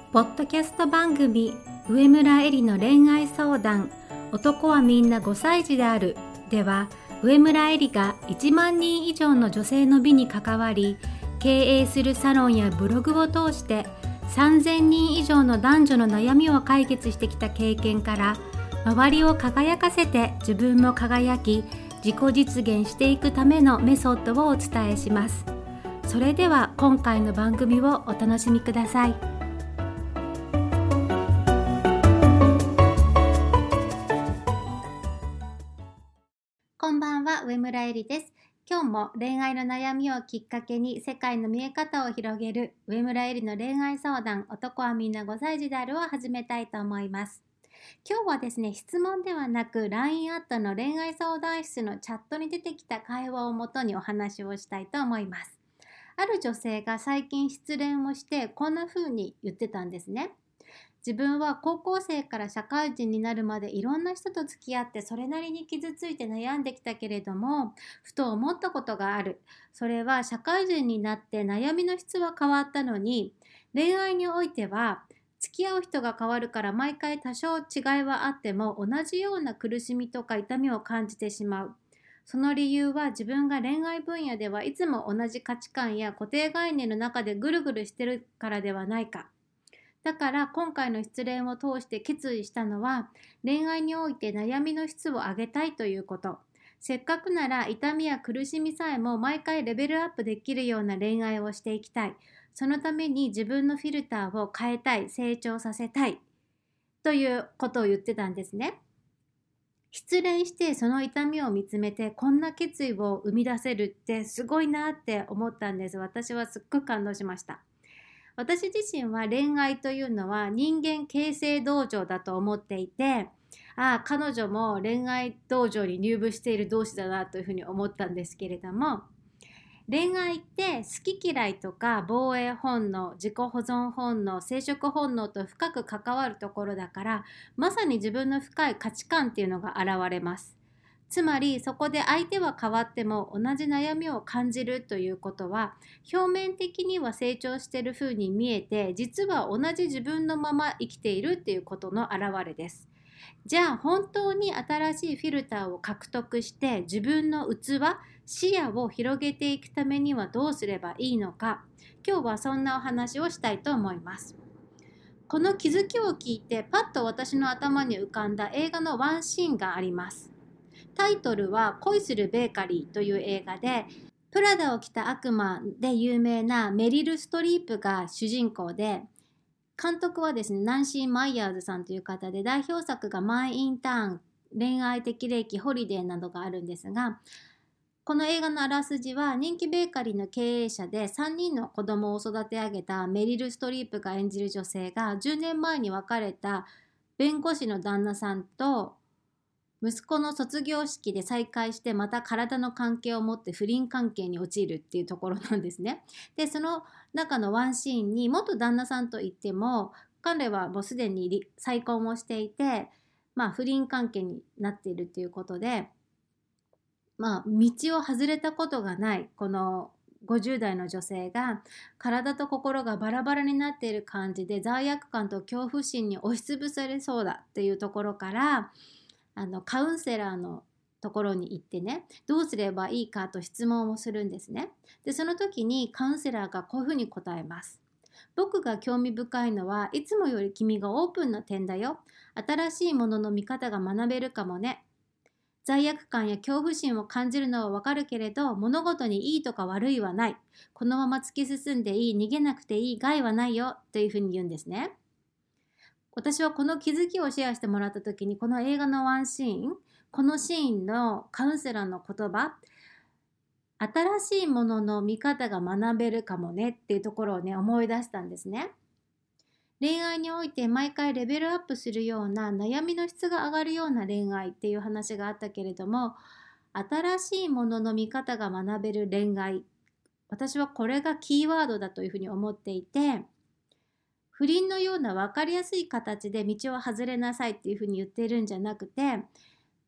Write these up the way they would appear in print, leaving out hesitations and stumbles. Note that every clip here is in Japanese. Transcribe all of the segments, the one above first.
ポッドキャスト番組上村えりの恋愛相談、男はみんな5歳児であるでは、上村えりが1万人以上の女性の美に関わり、経営するサロンやブログを通して3000人以上の男女の悩みを解決してきた経験から、周りを輝かせて自分も輝き、自己実現していくためのメソッドをお伝えします。それでは今回の番組をお楽しみください。こんばんは、上村えりです。今日も恋愛の悩みをきっかけに世界の見え方を広げる上村えりの恋愛相談、男はみんな5歳児であるを始めたいと思います。今日はですね、質問ではなく LINE アットの恋愛相談室のチャットに出てきた会話をもとにお話をしたいと思います。ある女性が最近失恋をしてこんな風に言ってたんですね。自分は高校生から社会人になるまでいろんな人と付き合ってそれなりに傷ついて悩んできたけれども、ふと思ったことがある。それは社会人になって悩みの質は変わったのに、恋愛においては付き合う人が変わるから毎回多少違いはあっても同じような苦しみとか痛みを感じてしまう。その理由は自分が恋愛分野ではいつも同じ価値観や固定概念の中でぐるぐるしてるからではないか。だから今回の失恋を通して決意したのは、恋愛において悩みの質を上げたいということ。せっかくなら痛みや苦しみさえも毎回レベルアップできるような恋愛をしていきたい。そのために自分のフィルターを変えたい、成長させたいということを言ってたんですね。失恋してその痛みを見つめてこんな決意を生み出せるってすごいなって思ったんです。私はすっごく感動しました。私自身は恋愛というのは人間形成道場だと思っていて、彼女も恋愛道場に入部している同士だなというふうに思ったんですけれども、恋愛って好き嫌いとか防衛本能、自己保存本能、生殖本能と深く関わるところだから、まさに自分の深い価値観っていうのが現れます。つまりそこで相手は変わっても同じ悩みを感じるということは、表面的には成長している風に見えて、実は同じ自分のまま生きているっていうことの表れです。じゃあ本当に新しいフィルターを獲得して自分の器、視野を広げていくためにはどうすればいいのか、今日はそんなお話をしたいと思います。この気づきを聞いてパッと私の頭に浮かんだ映画のワンシーンがあります。タイトルは恋するベーカリーという映画で、プラダを着た悪魔で有名なメリル・ストリープが主人公で、監督はですね、ナンシー・マイヤーズさんという方で、代表作がマイ・インターン、恋愛的霊気、ホリデーなどがあるんですが、この映画のあらすじは、人気ベーカリーの経営者で3人の子供を育て上げたメリル・ストリープが演じる女性が、10年前に別れた弁護士の旦那さんと息子の卒業式で再会して、また体の関係を持って不倫関係に陥るっていうところなんですね。で、その中のワンシーンに、元旦那さんといっても彼はもうすでに再婚をしていて、不倫関係になっているということで、道を外れたことがないこの50代の女性が、体と心がバラバラになっている感じで罪悪感と恐怖心に押しつぶされそうだっていうところから、カウンセラーのところに行ってね、どうすればいいかと質問をするんですね。で、その時にカウンセラーがこういうふうに答えます。僕が興味深いのはいつもより君がオープンな点だよ。新しいものの見方が学べるかもね。罪悪感や恐怖心を感じるのはわかるけれど、物事にいいとか悪いはない。このまま突き進んでいい、逃げなくていい、害はないよというふうに言うんですね。私はこの気づきをシェアしてもらった時に、この映画のワンシーン、このシーンのカウンセラーの言葉、新しいものの見方が学べるかもねっていうところをね、思い出したんですね。恋愛において毎回レベルアップするような、悩みの質が上がるような恋愛っていう話があったけれども、新しいものの見方が学べる恋愛、私はこれがキーワードだというふうに思っていて、不倫のような分かりやすい形で道を外れなさいっていうふうに言っているんじゃなくて、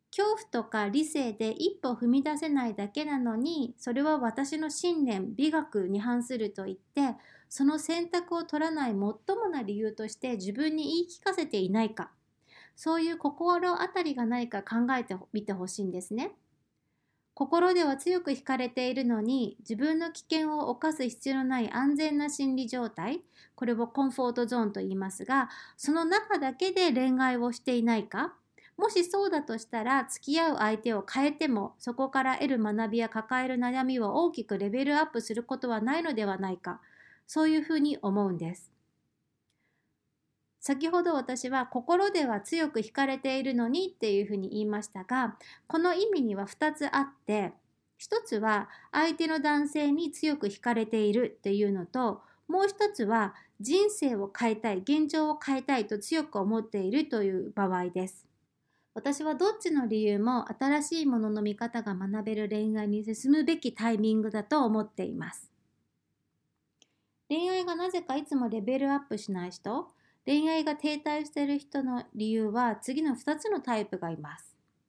恐怖とか理性で一歩踏み出せないだけなのに、それは私の信念、美学に反すると言って、その選択を取らない最もな理由として自分に言い聞かせていないか、そういう心当たりがないか考えてみてほしいんですね。心では強く惹かれているのに、自分の危険を冒す必要のない安全な心理状態、これをコンフォートゾーンと言いますが、その中だけで恋愛をしていないか、もしそうだとしたら、付き合う相手を変えても、そこから得る学びや抱える悩みを大きくレベルアップすることはないのではないか、そういうふうに思うんです。先ほど私は心では強く惹かれているのにっていうふうに言いましたが、この意味には2つあって、1つは相手の男性に強く惹かれているっていうのと、もう1つは人生を変えたい、現状を変えたいと強く思っているという場合です。私はどっちの理由も新しいものの見方が学べる恋愛に進むべきタイミングだと思っています。恋愛がなぜかいつもレベルアップしない人、恋愛が停滞している人の理由は次の2つのタイプがいます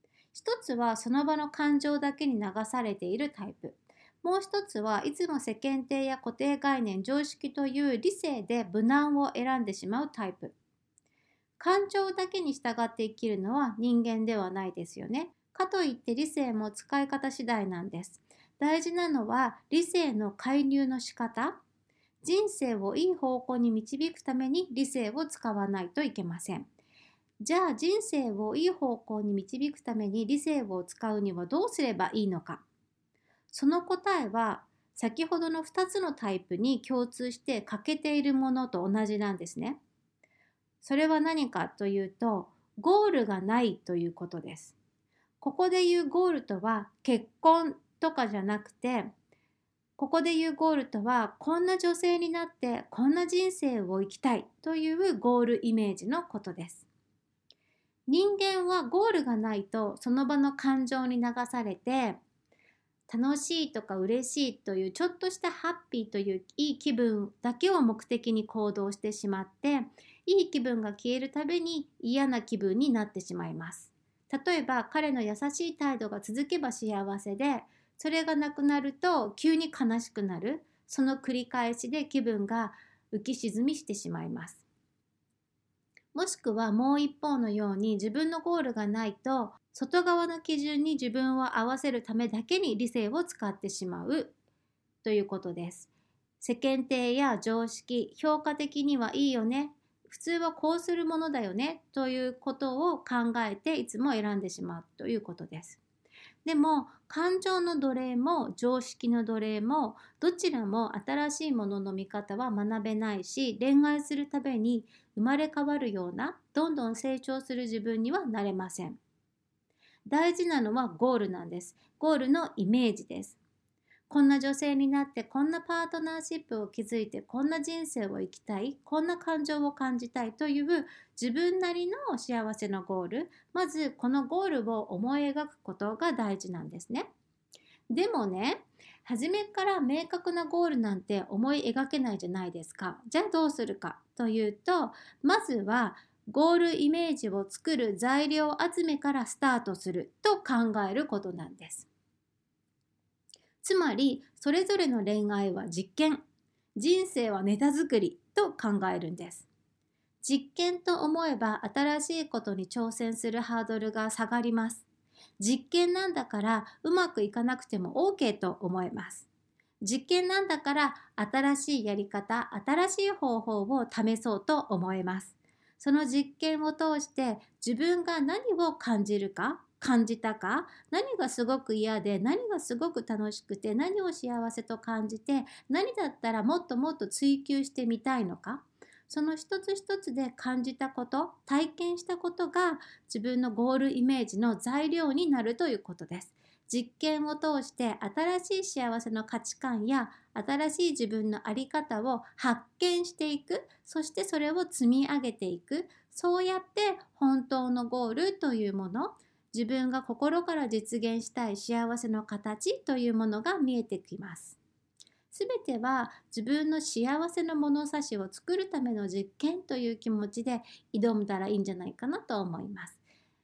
。1つはその場の感情だけに流されているタイプ。もう1つはいつも世間体や固定概念、常識という理性で無難を選んでしまうタイプ。感情だけに従って生きるのは人間ではないですよね。かといって理性も使い方次第なんです。大事なのは理性の介入の仕方。人生をいい方向に導くために理性を使わないといけません。じゃあ人生をいい方向に導くために理性を使うにはどうすればいいのか。その答えは先ほどの2つのタイプに共通して欠けているものと同じなんですね。それは何かというと、ゴールがないということです。ここで言うゴールとは結婚とかじゃなくて、ここで言うゴールとはこんな女性になってこんな人生を生きたいというゴールイメージのことです。人間はゴールがないとその場の感情に流されて、楽しいとか嬉しいというちょっとしたハッピーといういい気分だけを目的に行動してしまって、いい気分が消えるたびに嫌な気分になってしまいます。例えば彼の優しい態度が続けば幸せで、それがなくなると急に悲しくなる。その繰り返しで気分が浮き沈みしてしまいます。もしくはもう一方のように自分のゴールがないと、外側の基準に自分を合わせるためだけに理性を使ってしまうということです。世間体や常識、評価的にはいいよね、普通はこうするものだよねということを考えていつも選んでしまうということです。でも感情の奴隷も常識の奴隷もどちらも新しいものの見方は学べないし、恋愛するために生まれ変わるようなどんどん成長する自分にはなれません。大事なのはゴールなんです。ゴールのイメージです。こんな女性になってこんなパートナーシップを築いてこんな人生を生きたい、こんな感情を感じたいという自分なりの幸せのゴール、まずこのゴールを思い描くことが大事なんですね。でもね、初めから明確なゴールなんて思い描けないじゃないですか。じゃあどうするかというと、まずはゴールイメージを作る材料集めからスタートすると考えることなんです。つまりそれぞれの恋愛は実験、人生はネタ作りと考えるんです。実験と思えば新しいことに挑戦するハードルが下がります。実験なんだからうまくいかなくても OK と思えます。実験なんだから新しいやり方、新しい方法を試そうと思えます。その実験を通して自分が何を感じるか、感じたか、何がすごく嫌で何がすごく楽しくて何を幸せと感じて、何だったらもっともっと追求してみたいのか、その一つ一つで感じたこと、体験したことが自分のゴールイメージの材料になるということです。実験を通して新しい幸せの価値観や新しい自分の在り方を発見していく、そしてそれを積み上げていく、そうやって本当のゴールというもの、自分が心から実現したい幸せの形というものが見えてきます。すべては自分の幸せの物差しを作るための実験という気持ちで挑んだらいいんじゃないかなと思います。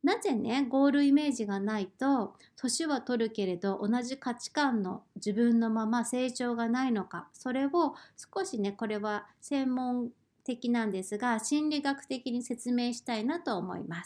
なぜね、ゴールイメージがないと、年は取るけれど同じ価値観の自分のまま成長がないのか、それを少しね、これは専門的なんですが、心理学的に説明したいなと思います。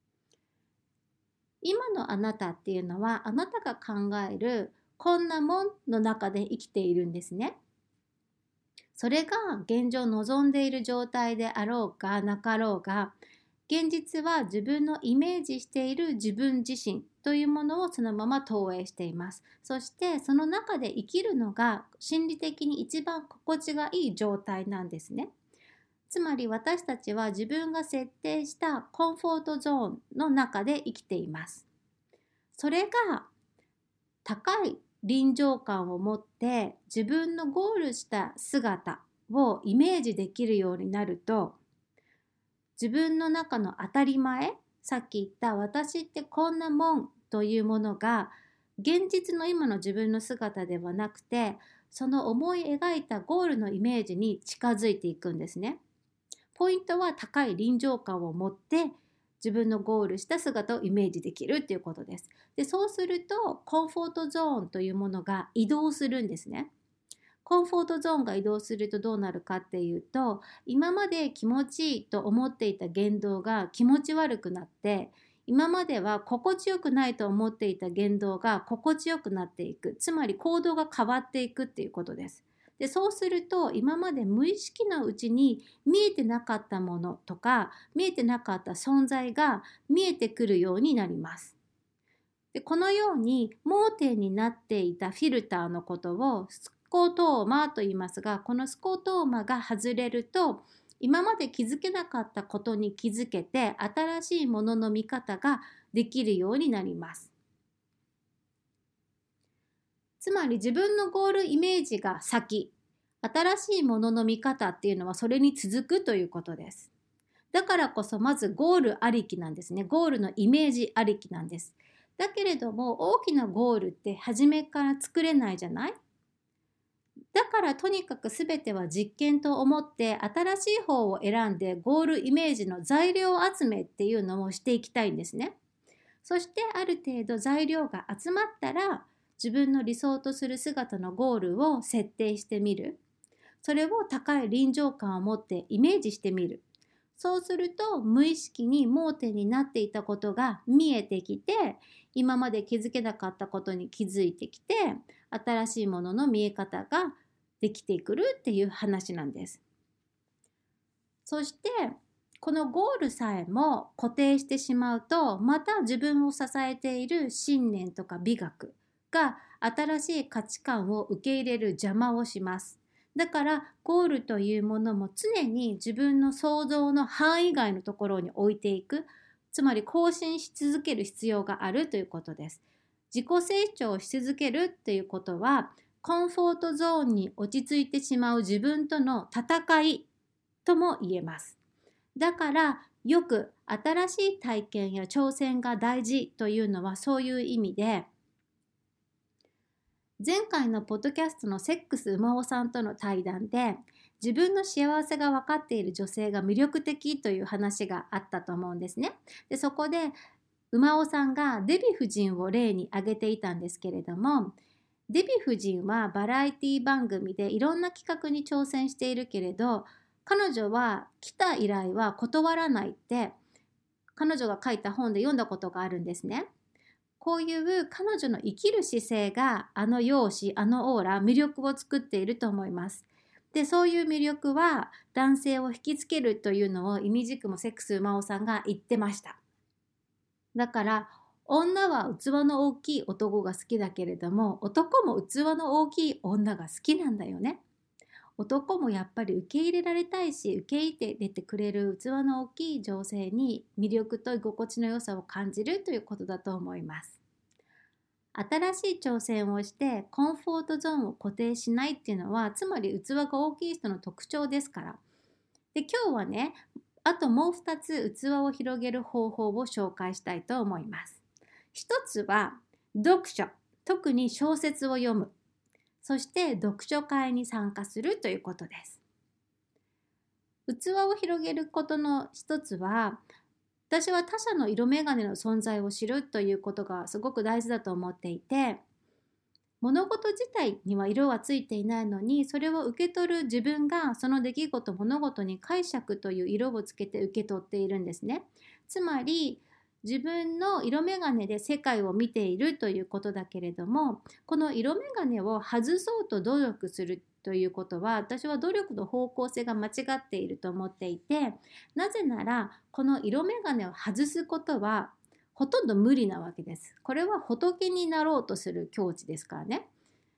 今のあなたっていうのは、あなたが考えるこんなもんの中で生きているんですね。それが現状望んでいる状態であろうがなかろうが、現実は自分のイメージしている自分自身というものをそのまま投影しています。そしてその中で生きるのが心理的に一番心地がいい状態なんですね。つまり私たちは自分が設定したコンフォートゾーンの中で生きています。それが高い臨場感を持って自分のゴールした姿をイメージできるようになると、自分の中の当たり前、さっき言った私ってこんなもんというものが現実の今の自分の姿ではなくて、その思い描いたゴールのイメージに近づいていくんですね。ポイントは高い臨場感を持って自分のゴールした姿をイメージできるっていうことです。で、そうするとコンフォートゾーンというものが移動するんですね。コンフォートゾーンが移動するとどうなるかっていうと、今まで気持ちいいと思っていた言動が気持ち悪くなって、今までは心地よくないと思っていた言動が心地よくなっていく。つまり行動が変わっていくっていうことです。で、そうすると今まで無意識のうちに見えてなかったものとか見えてなかった存在が見えてくるようになります。で、このように盲点になっていたフィルターのことをスコトーマと言いますが、このスコトーマが外れると今まで気づけなかったことに気づけて新しいものの見方ができるようになります。つまり自分のゴールイメージが先、新しいものの見方っていうのはそれに続くということです。だからこそまずゴールありきなんですね。ゴールのイメージありきなんです。だけれども大きなゴールって初めから作れないじゃない？だからとにかく全ては実験と思って新しい方を選んでゴールイメージの材料集めっていうのをしていきたいんですね。そしてある程度材料が集まったら自分の理想とする姿のゴールを設定してみる。それを高い臨場感を持ってイメージしてみる。そうすると無意識に盲点になっていたことが見えてきて、今まで気づけなかったことに気づいてきて、新しいものの見え方ができてくるっていう話なんです。そしてこのゴールさえも固定してしまうと、また自分を支えている信念とか美学が新しい価値観を受け入れる邪魔をします。だからゴールというものも常に自分の想像の範囲外のところに置いていく、つまり更新し続ける必要があるということです。自己成長し続けるっていうことは、コンフォートゾーンに落ち着いてしまう自分との戦いとも言えます。だからよく新しい体験や挑戦が大事というのはそういう意味で、前回のポッドキャストのセックス馬尾さんとの対談で、自分の幸せが分かっている女性が魅力的という話があったと思うんですね。で、そこで馬尾さんがデヴィ夫人を例に挙げていたんですけれども、デヴィ夫人はバラエティ番組でいろんな企画に挑戦しているけれど、彼女は来た依頼は断らないって彼女が書いた本で読んだことがあるんですね。こういう彼女の生きる姿勢があの容姿、あのオーラ、魅力を作っていると思います。で、そういう魅力は男性を引きつけるというのを意味軸もセックス馬尾さんが言ってました。だから女は器の大きい男が好きだけれども、男も器の大きい女が好きなんだよね。男もやっぱり受け入れられたいし、受け入れてくれる器の大きい女性に魅力と居心地の良さを感じるということだと思います。新しい挑戦をしてコンフォートゾーンを固定しないっていうのは、つまり器が大きい人の特徴ですから。で、今日はね、あともう2つ器を広げる方法を紹介したいと思います。一つは読書、特に小説を読む。そして読書会に参加するということです。器を広げることの一つは、 私は他者の色眼鏡の存在を知るということがすごく大事だと思っていて、物事自体には色はついていないのに、それを受け取る自分がその出来事物事に解釈という色をつけて受け取っているんですね。つまり自分の色眼鏡で世界を見ているということだけれども、この色眼鏡を外そうと努力するということは、私は努力の方向性が間違っていると思っていて、なぜならこの色眼鏡を外すことはほとんど無理なわけです。これは仏になろうとする境地ですからね。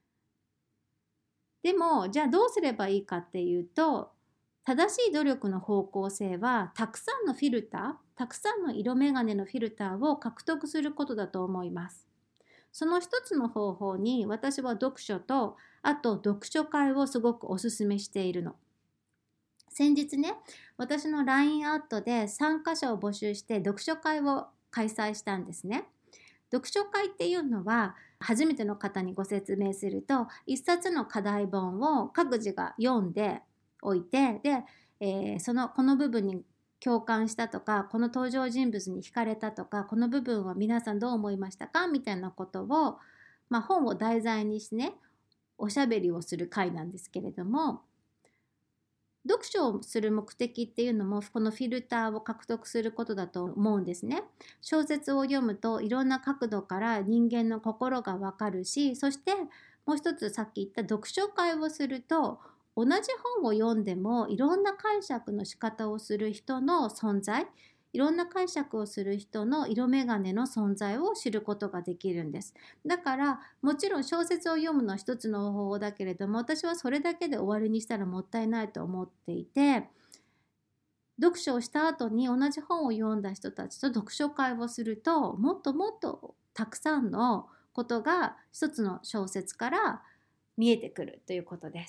でもじゃあどうすればいいかっていうと、正しい努力の方向性はたくさんのフィルター、たくさんの色眼鏡のフィルターを獲得することだと思います。その一つの方法に私は読書と、あと読書会をすごくおすすめしているの。先日ね、私の LINE アットで参加者を募集して読書会を開催したんですね。読書会っていうのは、初めての方にご説明すると、一冊の課題本を各自が読んでおいて、で、この部分に共感したとか、この登場人物に惹かれたとか、この部分は皆さんどう思いましたかみたいなことを、本を題材にしてね、おしゃべりをする会なんですけれども、読書をする目的っていうのもこのフィルターを獲得することだと思うんですね。小説を読むといろんな角度から人間の心がわかるし、そしてもう一つさっき言った読書会をすると、同じ本を読んでもいろんな解釈の仕方をする人の存在、いろんな解釈をする人の色眼鏡の存在を知ることができるんです。だからもちろん小説を読むのは一つの方法だけれども、私はそれだけで終わりにしたらもったいないと思っていて、読書をした後に同じ本を読んだ人たちと読書会をすると、もっともっとたくさんのことが一つの小説から見えてくるということです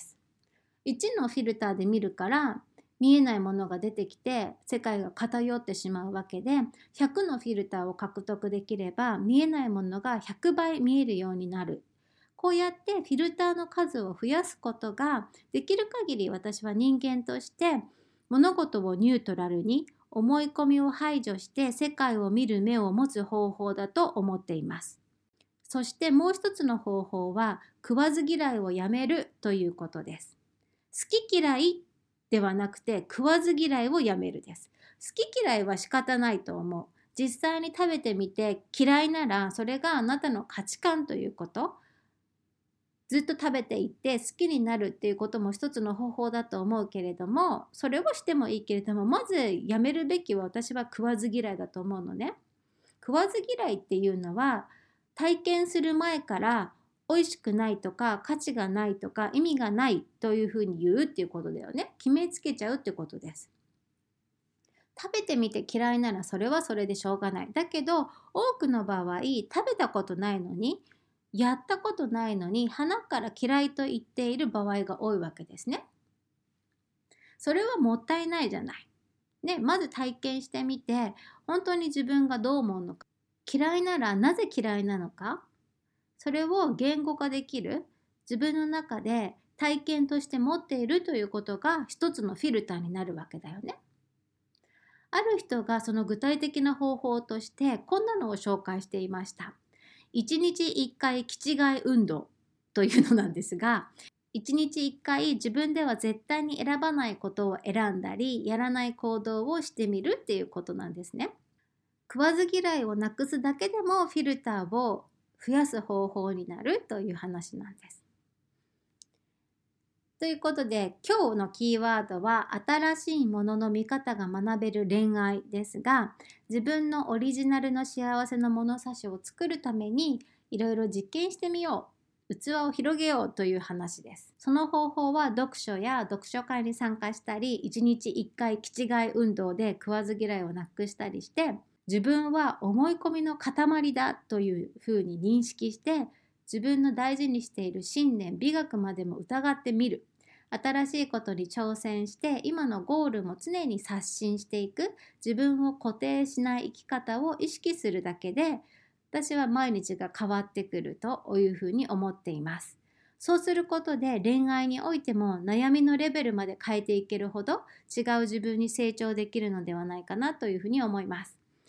。1のフィルターで見るから見えないものが出てきて世界が偏ってしまうわけで、100のフィルターを獲得できれば見えないものが100倍見えるようになる。こうやってフィルターの数を増やすことができる限り、私は人間として物事をニュートラルに、思い込みを排除して世界を見る目を持つ方法だと思っています。そしてもう一つの方法は、食わず嫌いをやめるということです。好き嫌いではなくて食わず嫌いをやめるです。好き嫌いは仕方ないと思う。実際に食べてみて嫌いなら、それがあなたの価値観ということ。ずっと食べていって好きになるっていうことも一つの方法だと思うけれども、それをしてもいいけれども、まずやめるべきは私は食わず嫌いだと思うのね。食わず嫌いっていうのは、体験する前から美味しくないとか価値がないとか意味がないというふうに言うっていうことだよね。決めつけちゃうってことです。食べてみて嫌いならそれはそれでしょうがない。だけど多くの場合、食べたことないのに、やったことないのに鼻から嫌いと言っている場合が多いわけですね。それはもったいないじゃない。ね、まず体験してみて、本当に自分がどう思うのか、嫌いならなぜ嫌いなのか、それを言語化できる、自分の中で体験として持っているということが一つのフィルターになるわけだよね。ある人がその具体的な方法としてこんなのを紹介していました。1日1回気違い運動というのなんですが、1日1回自分では絶対に選ばないことを選んだり、やらない行動をしてみるっていうことなんですね。食わず嫌いをなくすだけでもフィルターを増やす方法になるという話なんです。ということで、今日のキーワードは新しいものの見方が学べる恋愛ですが、自分のオリジナルの幸せの物差しを作るためにいろいろ実験してみよう、器を広げようという話です。その方法は読書や読書会に参加したり、1日1回気違い運動で食わず嫌いをなくしたりして、自分は思い込みの塊だというふうに認識して、自分の大事にしている信念、美学までも疑ってみる。新しいことに挑戦して今のゴールも常に刷新していく、自分を固定しない生き方を意識するだけで、私は毎日が変わってくるというふうに思っています。そうすることで恋愛においても悩みのレベルまで変えていけるほど違う自分に成長できるのではないかなというふうに思います。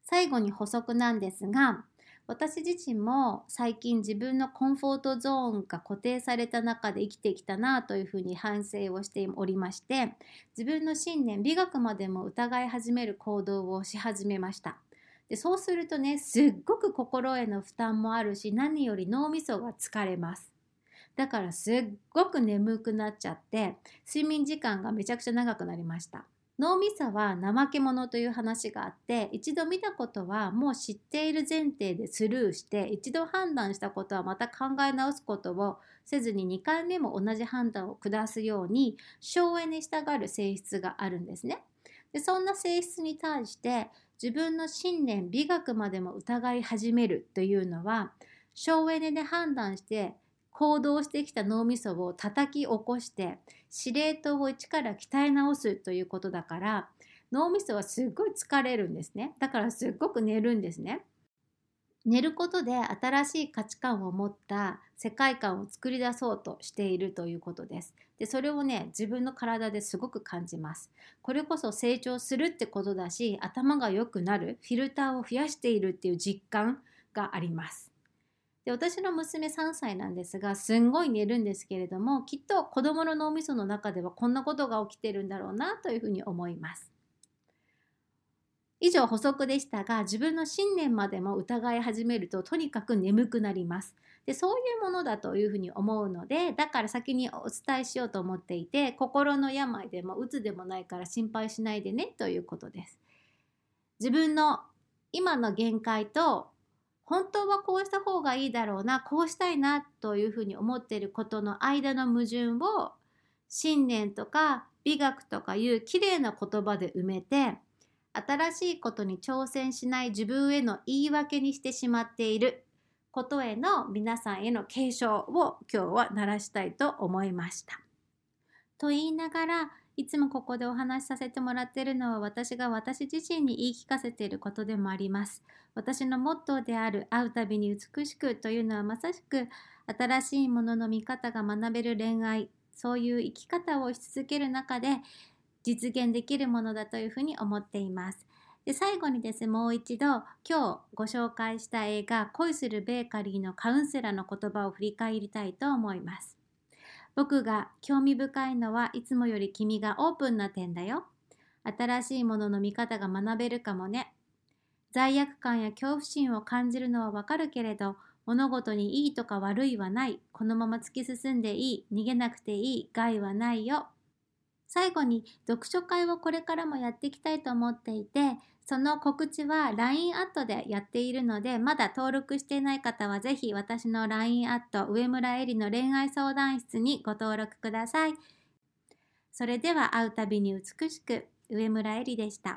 最後に補足なんですが、私自身も最近自分のコンフォートゾーンが固定された中で生きてきたなというふうに反省をしておりまして、自分の信念、美学までも疑い始める行動をし始めました。で、そうするとね、すっごく心への負担もあるし、何より脳みそが疲れます。だからすっごく眠くなっちゃって、睡眠時間がめちゃくちゃ長くなりました。脳みそは怠け者という話があって、一度見たことはもう知っている前提でスルーして、一度判断したことはまた考え直すことをせずに2回目も同じ判断を下すように省エネしたがる性質があるんですね。で、そんな性質に対して自分の信念、美学までも疑い始めるというのは、省エネで判断して行動してきた脳みそを叩き起こして司令塔を一から鍛え直すということだから、脳みそはすっごい疲れるんですね。だからすっごく寝るんですね。寝ることで新しい価値観を持った世界観を作り出そうとしているということです。で、それをね、自分の体ですごく感じます。これこそ成長するってことだし、頭が良くなる、フィルターを増やしているっていう実感があります。で、私の娘3歳なんですが、すんごい寝るんですけれども、きっと子供の脳みその中ではこんなことが起きてるんだろうなというふうに思います。以上補足でしたが、自分の信念までも疑い始めるととにかく眠くなります。で、そういうものだというふうに思うので、だから先にお伝えしようと思っていて、心の病でも鬱でもないから心配しないでねということです。自分の今の限界と本当はこうした方がいいだろうな、こうしたいなというふうに思っていることの間の矛盾を信念とか美学とかいう綺麗な言葉で埋めて、新しいことに挑戦しない自分への言い訳にしてしまっていることへの皆さんへの警鐘を今日は鳴らしたいと思いました。と言いながら、いつもここでお話しさせてもらっているのは、私が私自身に言い聞かせていることでもあります。私のモットーである会うたびに美しくというのは、まさしく新しいものの見方が学べる恋愛、そういう生き方をし続ける中で実現できるものだというふうに思っています。で、最後にですね、もう一度今日ご紹介した映画恋するベーカリーのカウンセラーの言葉を振り返りたいと思います。僕が興味深いのはいつもより君がオープンな点だよ。新しいものの見方が学べるかもね。罪悪感や恐怖心を感じるのはわかるけれど、物事にいいとか悪いはない。このまま突き進んでいい。逃げなくていい。害はないよ。最後に読書会をこれからもやっていきたいと思っていて、その告知は LINE アットでやっているので、まだ登録していない方はぜひ私の LINE アット上村えりの恋愛相談室にご登録ください。それでは会うたびに美しく、上村えりでした。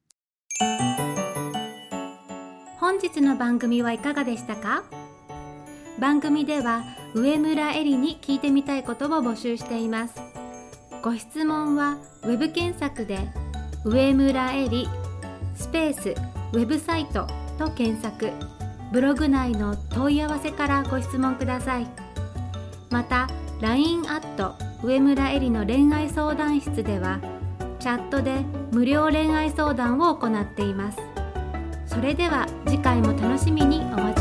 本日の番組はいかがでしたか？番組では上村えりに聞いてみたいことを募集しています。ご質問はウェブ検索で上村えりスペースウェブサイトと検索、ブログ内の問い合わせからご質問ください。また LINE アット上村えりの恋愛相談室ではチャットで無料恋愛相談を行っています。それでは次回も楽しみにお待ち